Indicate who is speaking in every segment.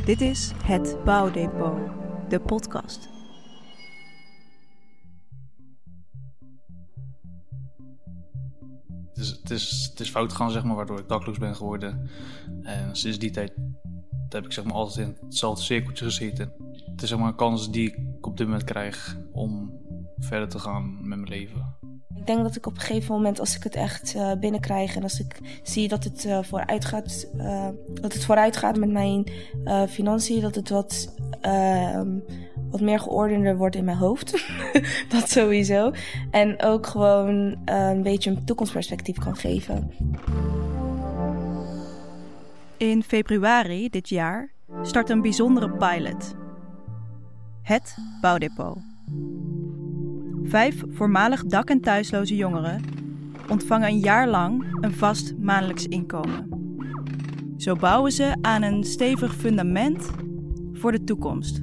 Speaker 1: Dit is Het Bouwdepot, de podcast.
Speaker 2: Het is fout gegaan, zeg maar, waardoor ik dakloos ben geworden. En sinds die tijd heb ik zeg maar, altijd in hetzelfde cirkeltje gezeten. Het is zeg maar, een kans die ik op dit moment krijg om verder te gaan met mijn leven.
Speaker 3: Ik denk dat ik op een gegeven moment, als ik het echt binnenkrijg en als ik zie dat het vooruit gaat met mijn financiën, dat het wat meer geordender wordt in mijn hoofd. Dat sowieso. En ook gewoon een beetje een toekomstperspectief kan geven.
Speaker 1: In februari dit jaar start een bijzondere pilot. Het Bouwdepot. 5 voormalig dak- en thuisloze jongeren ontvangen een jaar lang een vast maandelijks inkomen. Zo bouwen ze aan een stevig fundament voor de toekomst.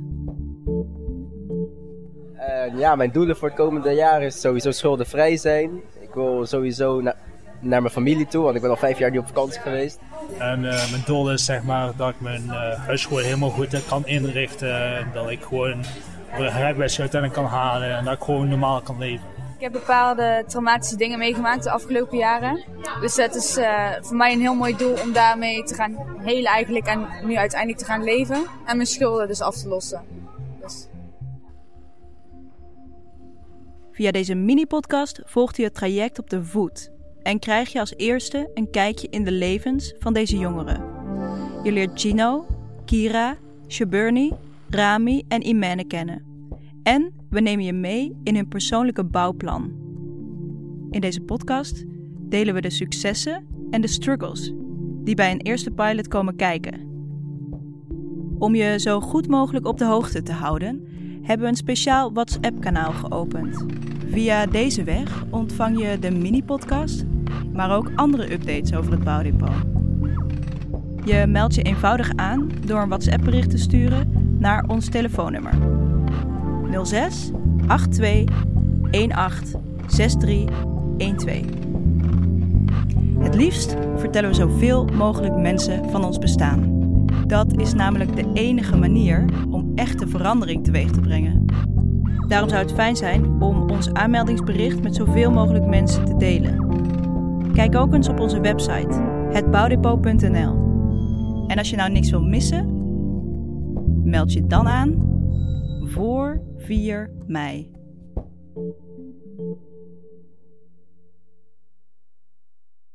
Speaker 4: Mijn doelen voor het komende jaar is sowieso schuldenvrij zijn. Ik wil sowieso naar mijn familie toe, want ik ben al 5 jaar niet op vakantie geweest.
Speaker 5: En mijn doel is zeg maar dat ik mijn huis gewoon helemaal goed kan inrichten. En dat ik gewoon de rijbewijs uiteindelijk kan halen en dat ik gewoon normaal kan leven.
Speaker 6: Ik heb bepaalde traumatische dingen meegemaakt de afgelopen jaren. Dus het is voor mij een heel mooi doel om daarmee te gaan helen eigenlijk en nu uiteindelijk te gaan leven. En mijn schulden dus af te lossen. Dus.
Speaker 1: Via deze mini-podcast volgt u het traject op de voet. En krijg je als eerste een kijkje in de levens van deze jongeren. Je leert Gino, Kira, Shaburni, Rami en Imene kennen. En we nemen je mee in hun persoonlijke bouwplan. In deze podcast delen we de successen en de struggles die bij een eerste pilot komen kijken. Om je zo goed mogelijk op de hoogte te houden, hebben we een speciaal WhatsApp-kanaal geopend. Via deze weg ontvang je de mini-podcast, maar ook andere updates over het Bouwdepot. Je meldt je eenvoudig aan door een WhatsApp-bericht te sturen naar ons telefoonnummer 06 82 18 63 12. Het liefst vertellen we zoveel mogelijk mensen van ons bestaan. Dat is namelijk de enige manier om echte verandering teweeg te brengen. Daarom zou het fijn zijn om ons aanmeldingsbericht met zoveel mogelijk mensen te delen. Kijk ook eens op onze website, hetbouwdepot.nl. En als je nou niks wil missen, meld je dan aan voor 4 mei.